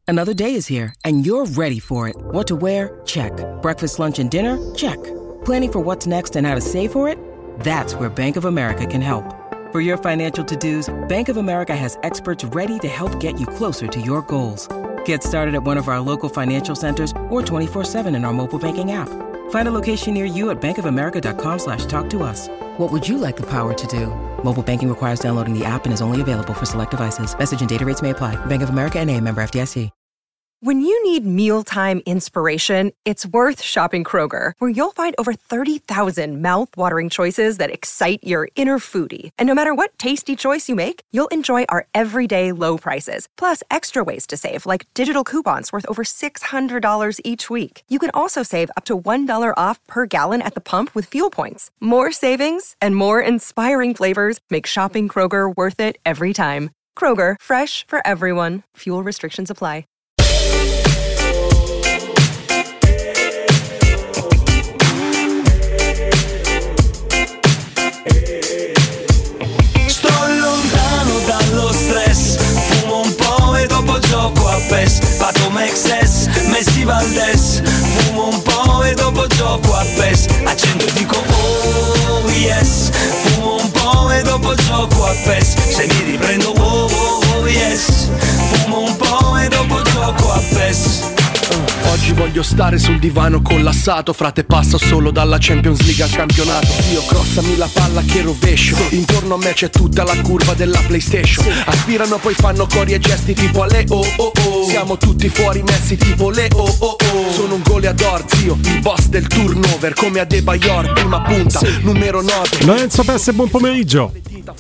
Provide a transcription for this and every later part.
Another day is here, and you're ready for it. What to wear? Check. Breakfast, lunch, and dinner? Check. Planning for what's next and how to save for it? That's where Bank of America can help. For your financial to-dos, Bank of America has experts ready to help get you closer to your goals. Get started at one of our local financial centers or 24/7 in our mobile banking app. Find a location near you at bankofamerica.com/talktous. What would you like the power to do? Mobile banking requires downloading the app and is only available for select devices. Message and data rates may apply. Bank of America N.A., member FDIC. When you need mealtime inspiration, it's worth shopping Kroger, where you'll find over 30,000 mouth-watering choices that excite your inner foodie. And no matter what tasty choice you make, you'll enjoy our everyday low prices, plus extra ways to save, like digital coupons worth over $600 each week. You can also save up to $1 off per gallon at the pump with fuel points. More savings and more inspiring flavors make shopping Kroger worth it every time. Kroger, fresh for everyone. Fuel restrictions apply. Gioco a PES, Pato Mexes, Messi Valdes. Fumo un po' e dopo gioco a PES. Accendo e dico oh yes. Fumo un po' e dopo gioco a PES. Se mi riprendo oh oh oh yes. Fumo un po' e dopo gioco a PES. Oggi voglio stare sul divano collassato. Frate, passo solo dalla Champions League al campionato. Io crossami la palla che rovescio. Intorno a me c'è tutta la curva della PlayStation. Aspirano poi fanno cori e gesti tipo alle oh oh oh. Siamo tutti fuori messi tipo le oh oh oh. Sono un goleador, zio, il boss del turnover. Come Adebayor, prima punta, numero 9. Lorenzo Pesse, buon pomeriggio.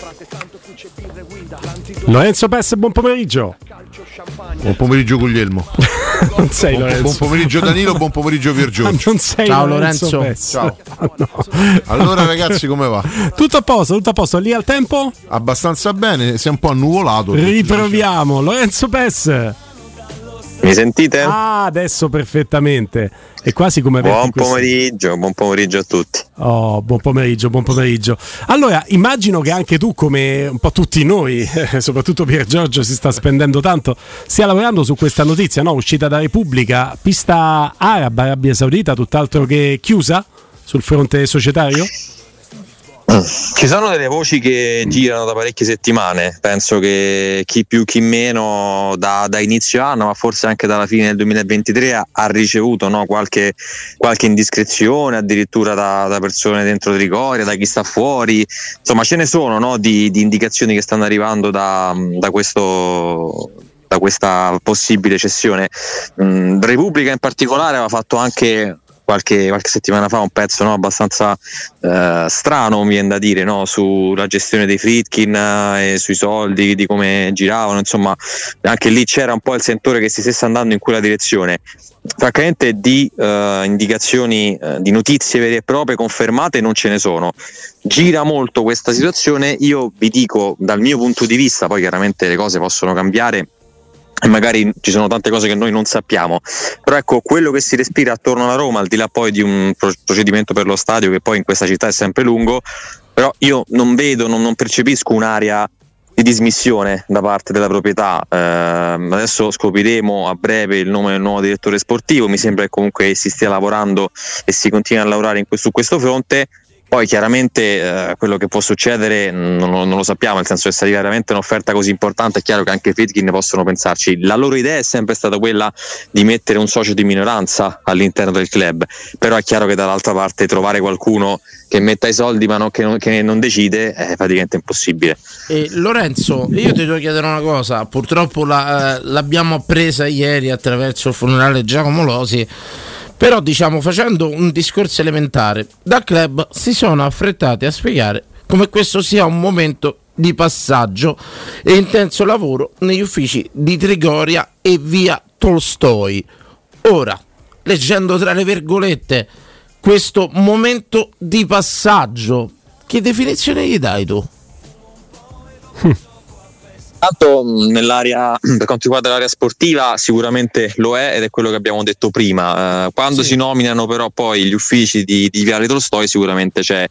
Lorenzo Pesse, buon pomeriggio. Buon pomeriggio Guglielmo. Non sei Lorenzo. Buon pomeriggio Danilo, buon pomeriggio Piergiorgio. Non sei Ciao Lorenzo. Ciao. No. Allora ragazzi, come va? Tutto a posto, lì al tempo? Abbastanza bene, si è un po' annuvolato. Riproviamo, Lorenzo Pesse. Mi sentite? Ah, adesso perfettamente. È quasi come buon pomeriggio a tutti. Oh, buon pomeriggio. Allora, immagino che anche tu, come un po' tutti noi, soprattutto Piergiorgio si sta spendendo tanto, stia lavorando su questa notizia, no? Uscita da Repubblica, pista araba, Arabia Saudita, tutt'altro che chiusa sul fronte societario? Ci sono delle voci che girano da parecchie settimane, penso che chi più chi meno da inizio anno, ma forse anche dalla fine del 2023 ha ricevuto, no, qualche indiscrezione, addirittura da persone dentro Trigoria, da chi sta fuori, insomma ce ne sono, no, di indicazioni che stanno arrivando da questa possibile cessione. Repubblica in particolare aveva fatto anche qualche settimana fa un pezzo, no, abbastanza strano, mi viene da dire, no, sulla gestione dei Friedkin e sui soldi, di come giravano, insomma anche lì c'era un po' il sentore che si stesse andando in quella direzione. Francamente di indicazioni, di notizie vere e proprie confermate non ce ne sono. Gira molto questa situazione, io vi dico dal mio punto di vista, poi chiaramente le cose possono cambiare e magari ci sono tante cose che noi non sappiamo, però ecco, quello che si respira attorno alla Roma, al di là poi di un procedimento per lo stadio che poi in questa città è sempre lungo, però io non vedo, non percepisco un'area di dismissione da parte della proprietà. Adesso scopriremo a breve il nome del nuovo direttore sportivo, mi sembra che comunque si stia lavorando e si continua a lavorare su questo fronte. Poi chiaramente quello che può succedere non lo sappiamo, nel senso che se arriva veramente un'offerta così importante è chiaro che anche i Friedkin possono pensarci. La loro idea è sempre stata quella di mettere un socio di minoranza all'interno del club, però è chiaro che dall'altra parte trovare qualcuno che metta i soldi ma che non decide è praticamente impossibile. Lorenzo, io ti devo chiedere una cosa, purtroppo l'abbiamo appresa ieri attraverso il funerale Giacomo Losi. Però diciamo, facendo un discorso elementare, dal club si sono affrettati a spiegare come questo sia un momento di passaggio e intenso lavoro negli uffici di Trigoria e via Tolstoi. Ora, leggendo tra le virgolette questo momento di passaggio, che definizione gli dai tu? Tanto nell'area, per quanto riguarda l'area sportiva, sicuramente lo è ed è quello che abbiamo detto prima. Quando si nominano però poi gli uffici di Viale Tolstoi, sicuramente c'è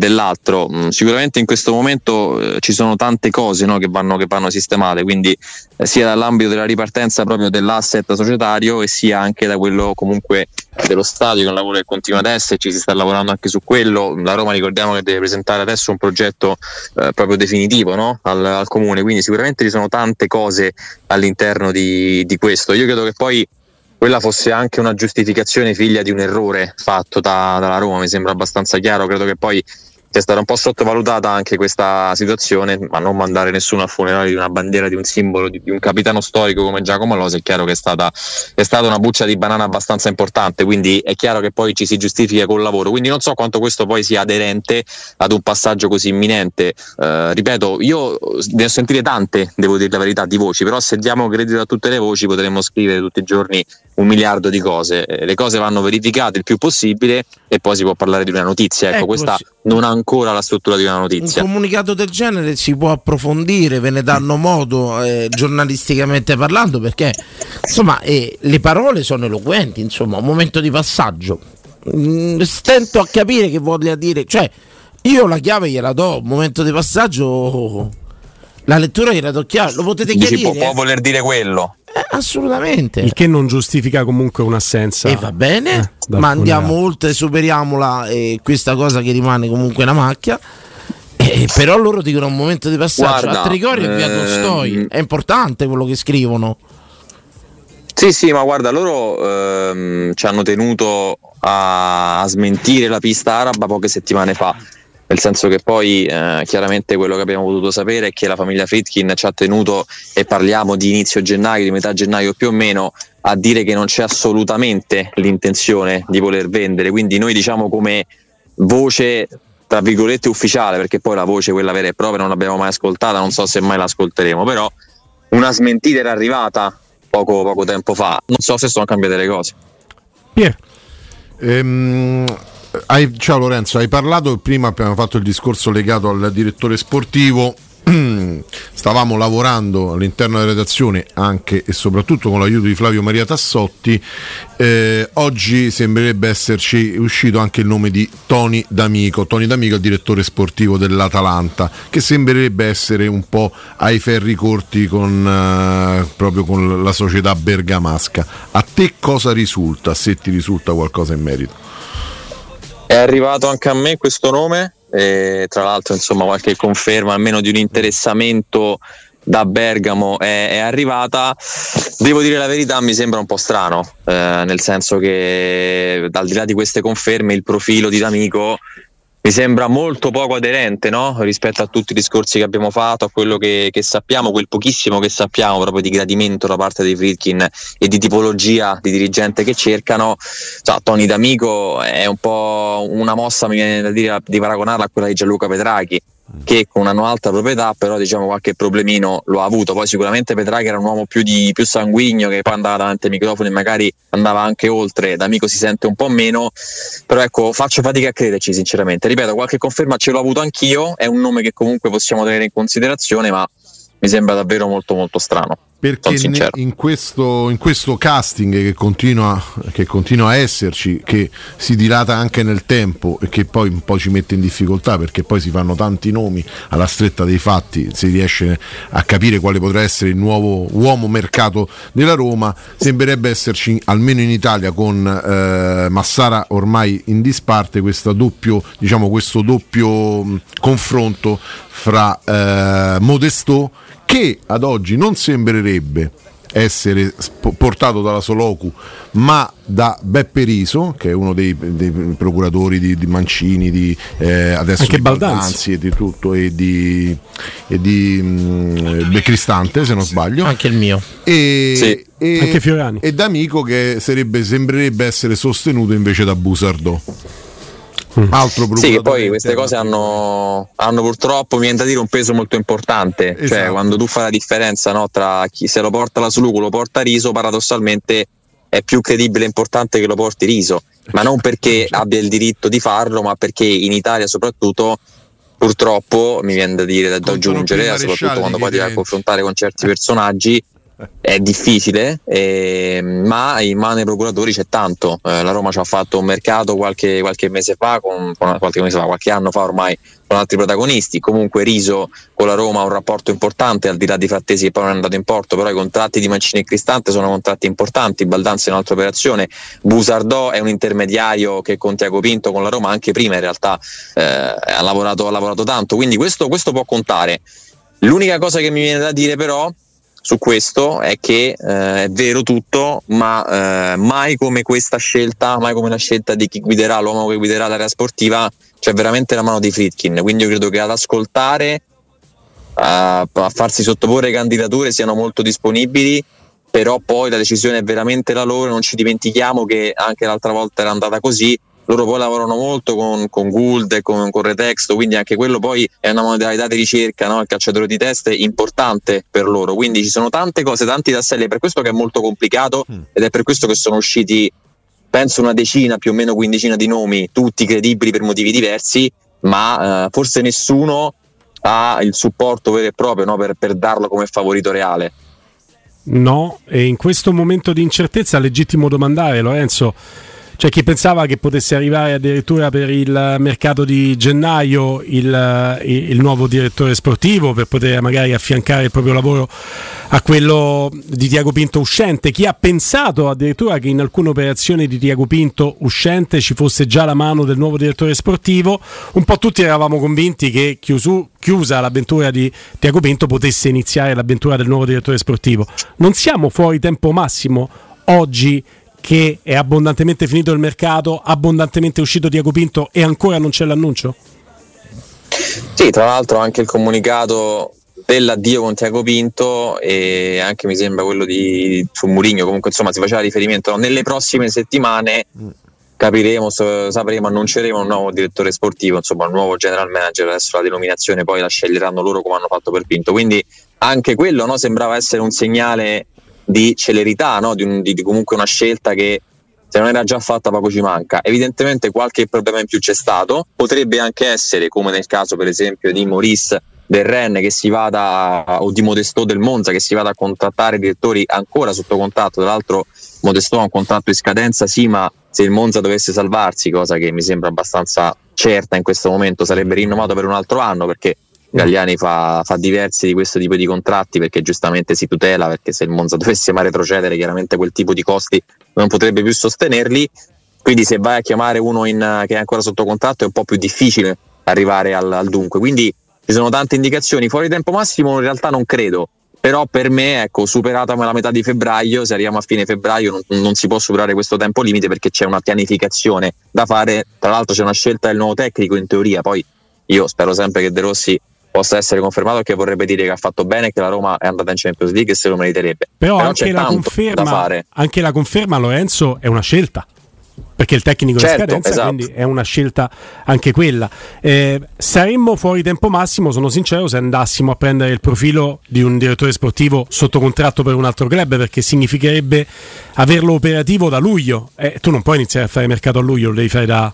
dell'altro. Sicuramente in questo momento ci sono tante cose, no, che vanno sistemate, quindi sia dall'ambito della ripartenza proprio dell'asset societario e sia anche da quello comunque dello stadio, che è un lavoro che continua ad esserci, si sta lavorando anche su quello. La Roma, ricordiamo che deve presentare adesso un progetto proprio definitivo, no? al comune, quindi sicuramente ci sono tante cose all'interno di questo. Io credo che poi quella fosse anche una giustificazione figlia di un errore fatto dalla Roma, mi sembra abbastanza chiaro. Credo che poi sia stata un po' sottovalutata anche questa situazione, ma non mandare nessuno al funerale di una bandiera, di un simbolo, di un capitano storico come Giacomo Alonso è chiaro che è stata una buccia di banana abbastanza importante, quindi è chiaro che poi ci si giustifica col lavoro, quindi non so quanto questo poi sia aderente ad un passaggio così imminente. Ripeto, io ne ho sentite tante, devo dire la verità, di voci, però se diamo credito a tutte le voci potremmo scrivere tutti i giorni 1 miliardo di cose. Le cose vanno verificate il più possibile e poi si può parlare di una notizia. Ecco, questa non ha ancora la struttura di una notizia. Un comunicato del genere si può approfondire, ve ne danno modo giornalisticamente parlando, perché insomma le parole sono eloquenti, insomma, un momento di passaggio. Stento a capire che voglia dire, cioè io la chiave gliela do, un momento di passaggio, la lettura gliela do chiaro, lo potete chiarire. Può voler dire quello. Assolutamente. Il che non giustifica comunque un'assenza. E va bene, ma andiamo oltre, superiamola, questa cosa che rimane comunque una macchia. Però loro dicono un momento di passaggio. Guarda, a Trigoria e via Tolstoi. È importante quello che scrivono. Sì, ma guarda, loro ci hanno tenuto a smentire la pista araba poche settimane fa. Nel senso che poi chiaramente quello che abbiamo potuto sapere è che la famiglia Friedkin ci ha tenuto, e parliamo di inizio gennaio, di metà gennaio più o meno, a dire che non c'è assolutamente l'intenzione di voler vendere. Quindi noi diciamo come voce tra virgolette ufficiale, perché poi la voce quella vera e propria non l'abbiamo mai ascoltata, non so se mai l'ascolteremo, però una smentita era arrivata poco tempo fa, non so se sono cambiate le cose. Pier. Ciao Lorenzo, hai parlato prima, abbiamo fatto il discorso legato al direttore sportivo. Stavamo lavorando all'interno della redazione anche e soprattutto con l'aiuto di Flavio Maria Tassotti. Oggi sembrerebbe esserci uscito anche il nome di Tony D'Amico. Tony D'Amico è il direttore sportivo dell'Atalanta, che sembrerebbe essere un po' ai ferri corti proprio con la società bergamasca. A te cosa risulta, se ti risulta qualcosa in merito? È arrivato anche a me questo nome, e tra l'altro insomma qualche conferma almeno di un interessamento da Bergamo è arrivata. Devo dire la verità, mi sembra un po' strano, nel senso che al di là di queste conferme il profilo di D'Amico mi sembra molto poco aderente, no? Rispetto a tutti i discorsi che abbiamo fatto, a quello che sappiamo, quel pochissimo che sappiamo proprio di gradimento da parte dei Friedkin e di tipologia di dirigente che cercano. Tony D'Amico è un po' una mossa, mi viene da dire, di paragonarla a quella di Gianluca Petrachi, che con una alta proprietà però diciamo qualche problemino lo ha avuto. Poi sicuramente Petrachi era un uomo più sanguigno, che poi andava davanti ai microfoni e magari andava anche oltre. D'Amico si sente un po' meno, però ecco, faccio fatica a crederci sinceramente. Ripeto, qualche conferma ce l'ho avuto anch'io, è un nome che comunque possiamo tenere in considerazione, ma mi sembra davvero molto molto strano. Perché in questo casting che continua a esserci, che si dilata anche nel tempo e che poi un po' ci mette in difficoltà, perché poi si fanno tanti nomi, alla stretta dei fatti si riesce a capire quale potrà essere il nuovo uomo mercato della Roma. Sembrerebbe esserci, almeno in Italia, con Massara ormai in disparte, questo doppio confronto fra Modestò, che ad oggi non sembrerebbe essere portato dalla Solocu ma da Beppe Riso, che è uno dei procuratori di Mancini, adesso anche di Baldanzi e di tutto, e di Cristante, se non sbaglio, anche il mio, e anche Fiorani, e D'Amico, che sembrerebbe essere sostenuto invece da Busardò. Sì, che poi queste cose hanno purtroppo, mi viene da dire, un peso molto importante. Esatto. Cioè, quando tu fai la differenza, no, tra chi se lo porta la Suluco, lo porta Riso, paradossalmente è più credibile e importante che lo porti Riso, ma non perché abbia il diritto di farlo, ma perché in Italia soprattutto, purtroppo, mi viene da dire, da aggiungere, soprattutto quando poi ti vai a confrontare con certi personaggi, è difficile, ma in mano ai procuratori c'è tanto. La Roma ci ha fatto un mercato qualche mese fa, qualche anno fa ormai, con altri protagonisti. Comunque Riso con la Roma ha un rapporto importante, al di là di Frattesi che poi non è andato in porto, però i contratti di Mancini e Cristante sono contratti importanti. Baldanzi è un'altra operazione, Busardò è un intermediario che con Tiago Pinto, con la Roma anche prima in realtà ha lavorato tanto, quindi questo può contare. L'unica cosa che mi viene da dire però su questo è che è vero tutto, ma mai come questa scelta, mai come la scelta di chi guiderà, l'uomo che guiderà l'area sportiva, c'è veramente la mano di Friedkin. Quindi io credo che ad ascoltare, a farsi sottoporre candidature siano molto disponibili, però poi la decisione è veramente la loro. Non ci dimentichiamo che anche l'altra volta era andata così. Loro poi lavorano molto con Gould e con Retexto, quindi anche quello poi è una modalità di ricerca, no? Il calciatore di testa è importante per loro, quindi ci sono tante cose, tanti tasselli, è per questo che è molto complicato ed è per questo che sono usciti penso una decina, più o meno quindicina di nomi, tutti credibili per motivi diversi, ma forse nessuno ha il supporto vero e proprio, no? per darlo come favorito reale. No, e in questo momento di incertezza è legittimo domandare, Lorenzo. C'è chi pensava che potesse arrivare addirittura per il mercato di gennaio il nuovo direttore sportivo per poter magari affiancare il proprio lavoro a quello di Tiago Pinto uscente. Chi ha pensato addirittura che in alcune operazioni di Tiago Pinto uscente ci fosse già la mano del nuovo direttore sportivo. Un po' tutti eravamo convinti che chiusa l'avventura di Tiago Pinto potesse iniziare l'avventura del nuovo direttore sportivo. Non siamo fuori tempo massimo oggi che è abbondantemente finito il mercato, abbondantemente uscito Tiago Pinto e ancora non c'è l'annuncio? Sì, tra l'altro anche il comunicato dell'addio con Tiago Pinto e anche mi sembra quello su Mourinho, comunque insomma si faceva riferimento, no? Nelle prossime settimane capiremo, sapremo, annunceremo un nuovo direttore sportivo, insomma un nuovo general manager. Adesso la denominazione poi la sceglieranno loro come hanno fatto per Pinto, quindi anche quello, no, sembrava essere un segnale di celerità, no? di comunque una scelta che se non era già fatta poco ci manca. Evidentemente qualche problema in più c'è stato, potrebbe anche essere come nel caso per esempio di Maurice del Rennes che si vada, o di Modestò del Monza che si vada a contattare direttori ancora sotto contratto. Tra l'altro Modestò ha un contratto in scadenza, sì, ma se il Monza dovesse salvarsi, cosa che mi sembra abbastanza certa in questo momento, sarebbe rinnovato per un altro anno, perché Galliani fa diversi di questo tipo di contratti perché giustamente si tutela, perché se il Monza dovesse mai retrocedere chiaramente quel tipo di costi non potrebbe più sostenerli, quindi se vai a chiamare uno che è ancora sotto contratto è un po' più difficile arrivare al dunque. Quindi ci sono tante indicazioni. Fuori tempo massimo in realtà non credo, però per me, ecco, superata la metà di febbraio, se arriviamo a fine febbraio non si può superare questo tempo limite perché c'è una pianificazione da fare. Tra l'altro c'è una scelta del nuovo tecnico in teoria, poi io spero sempre che De Rossi possa essere confermato, perché vorrebbe dire che ha fatto bene e che la Roma è andata in Champions League e se lo meriterebbe. Però anche c'è la conferma, da fare. Anche la conferma, Lorenzo, è una scelta, perché il tecnico è in scadenza, esatto. Quindi è una scelta anche quella. Saremmo fuori tempo massimo, sono sincero, se andassimo a prendere il profilo di un direttore sportivo sotto contratto per un altro club, perché significherebbe averlo operativo da luglio. Tu non puoi iniziare a fare mercato a luglio, lo devi fare da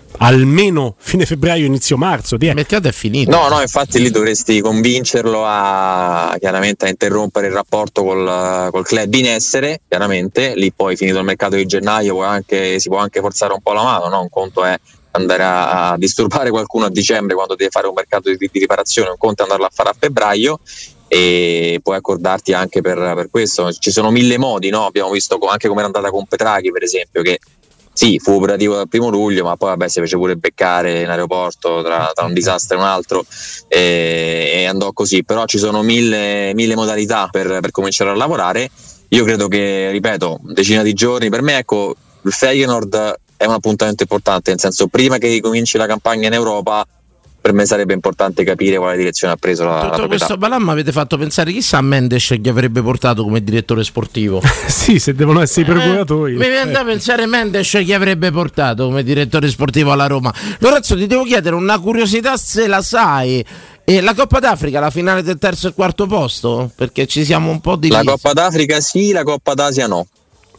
almeno fine febbraio, inizio marzo. Il mercato è finito. No, infatti lì dovresti convincerlo chiaramente a interrompere il rapporto col club in essere, chiaramente. Lì poi finito il mercato di gennaio si può anche forzare un po' la mano, no? Un conto è andare a disturbare qualcuno a dicembre quando deve fare un mercato di riparazione, un conto è andarlo a fare a febbraio, e puoi accordarti anche per questo. Ci sono mille modi, no? Abbiamo visto anche come era andata con Petraghi per esempio, che sì, fu operativo dal 1 luglio, ma poi si fece pure beccare in aeroporto tra un disastro e un altro, e andò così. Però ci sono mille modalità per cominciare a lavorare. Io credo che, ripeto, decina di giorni, per me, ecco, il Feyenoord è un appuntamento importante, nel senso, prima che ricominci la campagna in Europa, per me sarebbe importante capire quale direzione ha preso la tutto questo balam avete fatto pensare, chissà Mendes chi avrebbe portato come direttore sportivo. Sì, se devono essere i procuratori. Mi viene da pensare Mendes chi avrebbe portato come direttore sportivo alla Roma. Lorenzo, ti devo chiedere una curiosità, se la sai. E la Coppa d'Africa, la finale del terzo e quarto posto? Perché ci siamo un po' divisi. La Coppa d'Africa sì, la Coppa d'Asia no.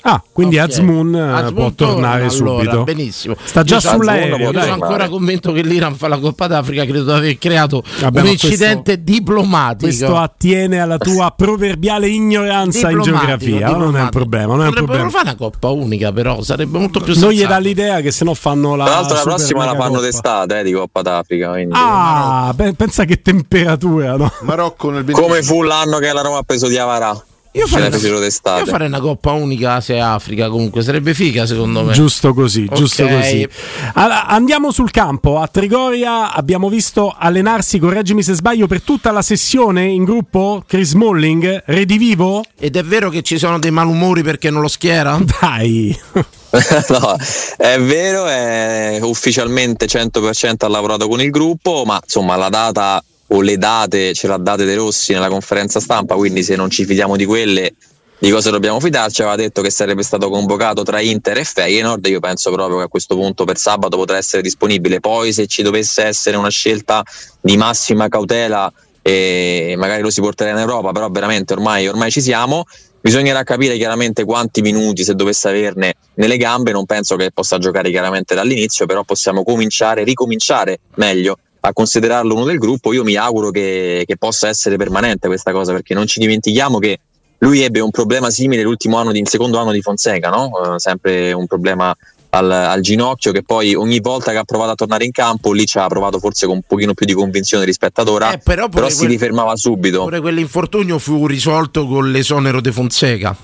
Quindi Okay. Azmoun può tornare subito. Benissimo. Sta già sull'aereo. Io sono ancora convinto che l'Iran fa la Coppa d'Africa, credo di aver creato Vabbè, un ma incidente diplomatico. Questo attiene alla tua proverbiale ignoranza in geografia. Non è un problema. Non è un Potrebbero problema. fare una Coppa unica, però sarebbe molto più Non sensato. gli dà l'idea che se no fanno la. Tra l'altro la super prossima la mega fanno Coppa. d'estate di Coppa d'Africa. Quindi. Pensa che temperatura, no? Marocco nel Come fu l'anno che la Roma ha preso Diawara? Io farei una Coppa unica Asia e Africa, comunque sarebbe figa secondo me. Giusto così, giusto Ok. così. Allora, andiamo sul campo. A Trigoria abbiamo visto allenarsi, correggimi se sbaglio, per tutta la sessione in gruppo Chris Smalling, redivivo? Ed è vero che ci sono dei malumori perché non lo schiera? Dai. No, è vero, è ufficialmente 100% ha lavorato con il gruppo, ma insomma la data o le date ce l'ha date De Rossi nella conferenza stampa, quindi se non ci fidiamo di quelle, di cosa dobbiamo fidarci? Aveva detto che sarebbe stato convocato tra Inter e Feyenoord. Io penso proprio che a questo punto per sabato potrà essere disponibile. Poi se ci dovesse essere una scelta di massima cautela e magari lo si porterà in Europa, però veramente ormai ci siamo. Bisognerà capire chiaramente quanti minuti, se dovesse averne nelle gambe. Non penso che possa giocare chiaramente dall'inizio, però possiamo ricominciare meglio a considerarlo uno del gruppo. Io mi auguro che possa essere permanente questa cosa, perché non ci dimentichiamo che lui ebbe un problema simile il secondo anno di Fonseca, no? Sempre un problema al ginocchio, che poi ogni volta che ha provato a tornare in campo lì ci ha provato forse con un pochino più di convinzione rispetto ad ora, però si rifermava subito. Pure quell'infortunio fu risolto con l'esonero de Fonseca.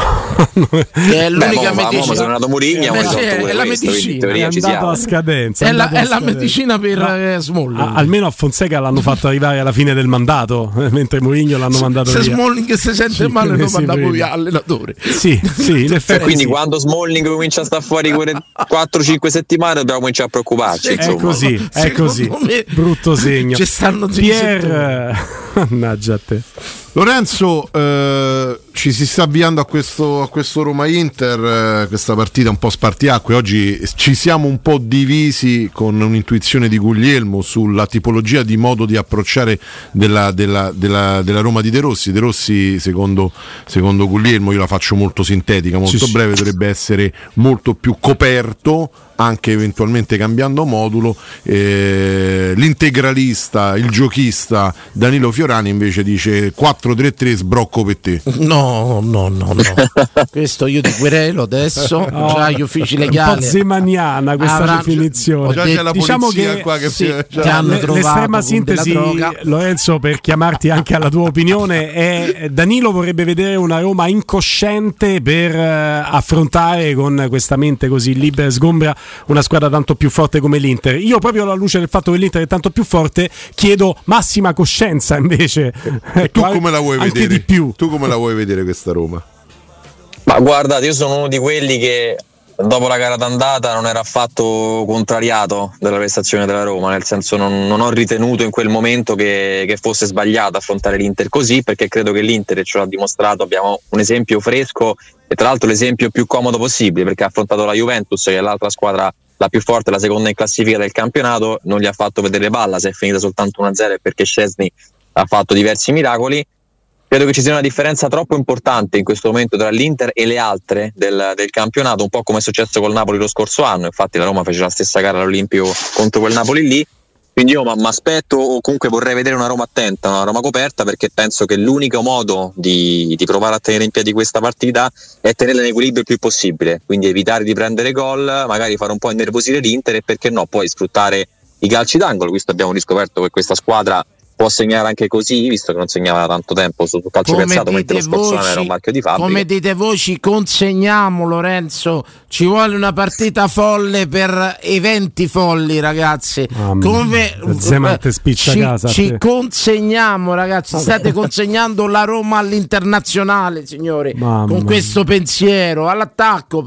Che è l'unica medicina. È nato Mourinho, è la medicina, è andato a scadenza. È la medicina per Smalling. Almeno a Fonseca l'hanno fatto arrivare alla fine del mandato, mentre Mourinho l'hanno mandato se via. Smalling si sente male lo mandavo via allenatore. Sì, in effetti. Quindi quando Smalling comincia a stare fuori 4-5 settimane dobbiamo cominciare a preoccuparci. È così. Brutto segno. Ci stanno mannaggia a te. Lorenzo, ci si sta avviando a questo Roma-Inter, questa partita un po' spartiacque. Oggi ci siamo un po' divisi con un'intuizione di Guglielmo sulla tipologia di modo di approcciare della Roma di De Rossi. De Rossi, secondo Guglielmo, io la faccio molto sintetica, molto breve, dovrebbe essere molto più coperto, anche eventualmente cambiando modulo. L'integralista, il giochista Danilo Fiorani invece dice 4-3-3 sbrocco per te. No. Questo io ti querelo adesso. Già gli uffici legali. Un po' zemaniana questa definizione. Già c'è la diciamo che qua che l'estrema sintesi, Lorenzo, per chiamarti anche alla tua opinione, è Danilo vorrebbe vedere una Roma incosciente per affrontare con questa mente così libera e sgombra una squadra tanto più forte come l'Inter. Io, proprio alla luce del fatto che l'Inter è tanto più forte, chiedo massima coscienza invece. Tu come la vuoi anche vedere? Di più. Tu come la vuoi vedere questa Roma? Ma guardate, io sono uno di quelli che dopo la gara d'andata non era affatto contrariato della prestazione della Roma, nel senso non ho ritenuto in quel momento che fosse sbagliato affrontare l'Inter così, perché credo che l'Inter ce l'ha dimostrato. Abbiamo un esempio fresco e tra l'altro l'esempio più comodo possibile, perché ha affrontato la Juventus, che è l'altra squadra la più forte, la seconda in classifica del campionato, non gli ha fatto vedere palla, se è finita soltanto 1-0 è perché Szczęsny ha fatto diversi miracoli. Credo che ci sia una differenza troppo importante in questo momento tra l'Inter e le altre del campionato, un po' come è successo col Napoli lo scorso anno. Infatti la Roma fece la stessa gara all'Olimpio contro quel Napoli lì. Quindi io mi aspetto, o comunque vorrei vedere una Roma attenta, una Roma coperta, perché penso che l'unico modo di provare a tenere in piedi questa partita è tenerla in equilibrio il più possibile, quindi evitare di prendere gol, magari fare un po' innervosire l'Inter e perché no poi sfruttare i calci d'angolo. Questo abbiamo riscoperto che questa squadra può segnare anche così, visto che non segnava da tanto tempo sul calcio piazzato, mentre lo scorso anno era un marchio di fabbrica. Come dite voi, ci consegniamo, Lorenzo, ci vuole una partita folle per eventi folli, ragazzi. Come ci consegniamo, ragazzi, state consegnando la Roma all'internazionale, signori, con questo pensiero all'attacco,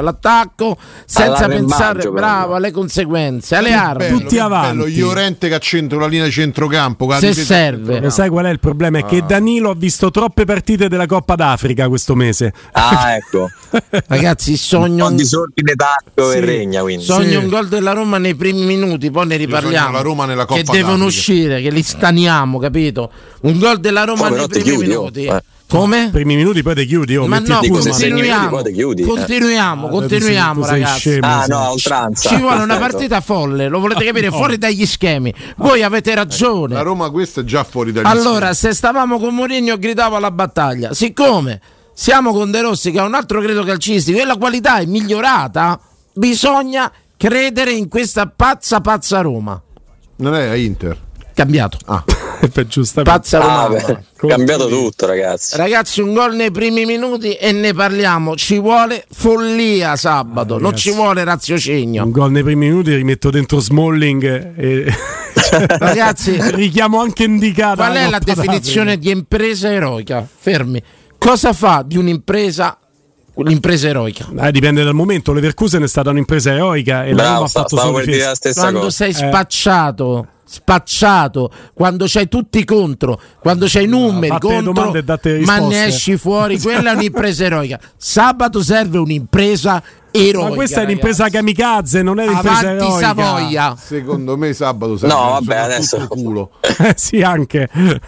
senza pensare alle conseguenze, alle armi, tutti avanti. Llorente che ha centro la linea di centrocampo, se serve. Lo sai qual è il problema? È che Danilo ha visto troppe partite della Coppa d'Africa questo mese. Ecco. Ragazzi, sogno un disordine d'acqua e regna, quindi. Sogno un gol della Roma nei primi minuti, poi ne riparliamo. La Roma nella Coppa che devono d'Africa. uscire, che li staniamo, capito? Un gol della Roma nei primi minuti. Come? Primi minuti poi te chiudi. Ma no, continuiamo ragazzi. No, oltranza. Ci vuole una partita folle, lo volete capire? Fuori dagli schemi. Voi avete ragione. La Roma questa è già fuori dagli Allora, schemi. se stavamo con Mourinho gridavo alla battaglia. Siccome siamo con De Rossi che ha un altro credo calcistico e la qualità è migliorata, bisogna credere in questa pazza Roma. Non è a Inter. Cambiato. Per giustamente. Pazza Roma. Cambiato tutto, ragazzi. Ragazzi, un gol nei primi minuti e ne parliamo. Ci vuole follia sabato, non ci vuole raziocinio. Un gol nei primi minuti, rimetto dentro Smalling e ragazzi, richiamo anche indicato. Qual è la definizione di impresa eroica? Fermi. Cosa fa di un'impresa l'impresa eroica? Dipende dal momento. Leverkusen è stata un'impresa eroica e la Roma ha fatto solo difesa. La stessa quando cosa. sei spacciato, quando c'hai tutti contro, quando c'hai numeri contro, ma ne esci fuori, quella è un'impresa eroica. Sabato serve un'impresa eroica. Ma questa è un'impresa kamikaze, non è un'impresa avanti eroica. Savoia. Secondo me sabato serve adesso il culo. Sì, anche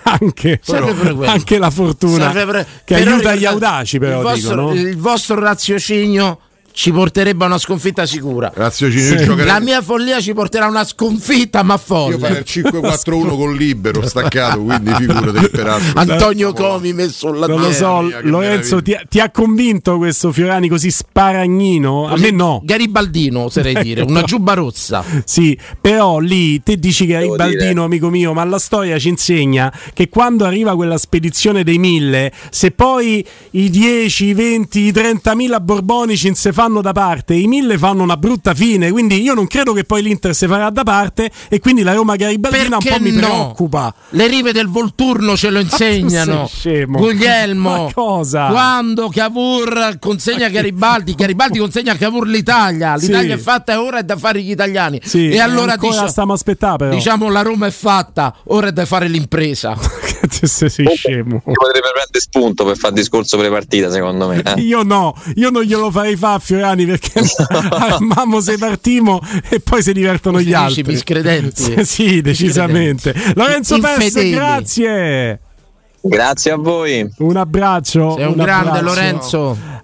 la fortuna che però aiuta gli audaci, però il vostro raziocinio ci porterebbe a una sconfitta sicura. La mia follia ci porterà a una sconfitta, ma folle. Io farei il 5-4-1 con Libero staccato, quindi figurati. Antonio Comi messo là. Non lo so, Lorenzo, ti ha convinto questo Fiorani così sparagnino? A me no. Garibaldino, oserei dire, una giubba rossa. Sì, però lì te dici Garibaldino, amico mio, ma la storia ci insegna che quando arriva quella spedizione dei 1000, se poi i 10, i 20, i 30.000 borbonici se fanno da parte, i 1000 fanno una brutta fine, quindi io non credo che poi l'Inter si farà da parte e quindi la Roma Garibaldina un po' mi preoccupa. Le rive del Volturno ce lo insegnano. Guglielmo, cosa? Quando Cavour consegna Garibaldi consegna a Cavour l'Italia è fatta, ora è da fare gli italiani. E allora stiamo aspettando, però. Diciamo la Roma è fatta, ora è da fare l'impresa. Sei scemo. Potrebbe prendere spunto per fare discorso pre-partita, secondo me. Io non glielo farei fare a Fiorani, perché armamo se partimo e poi si divertono gli altri. Miscredenti. Sì, decisamente. Lorenzo Pes, grazie. Grazie a voi. Un abbraccio. Sei un grande Lorenzo.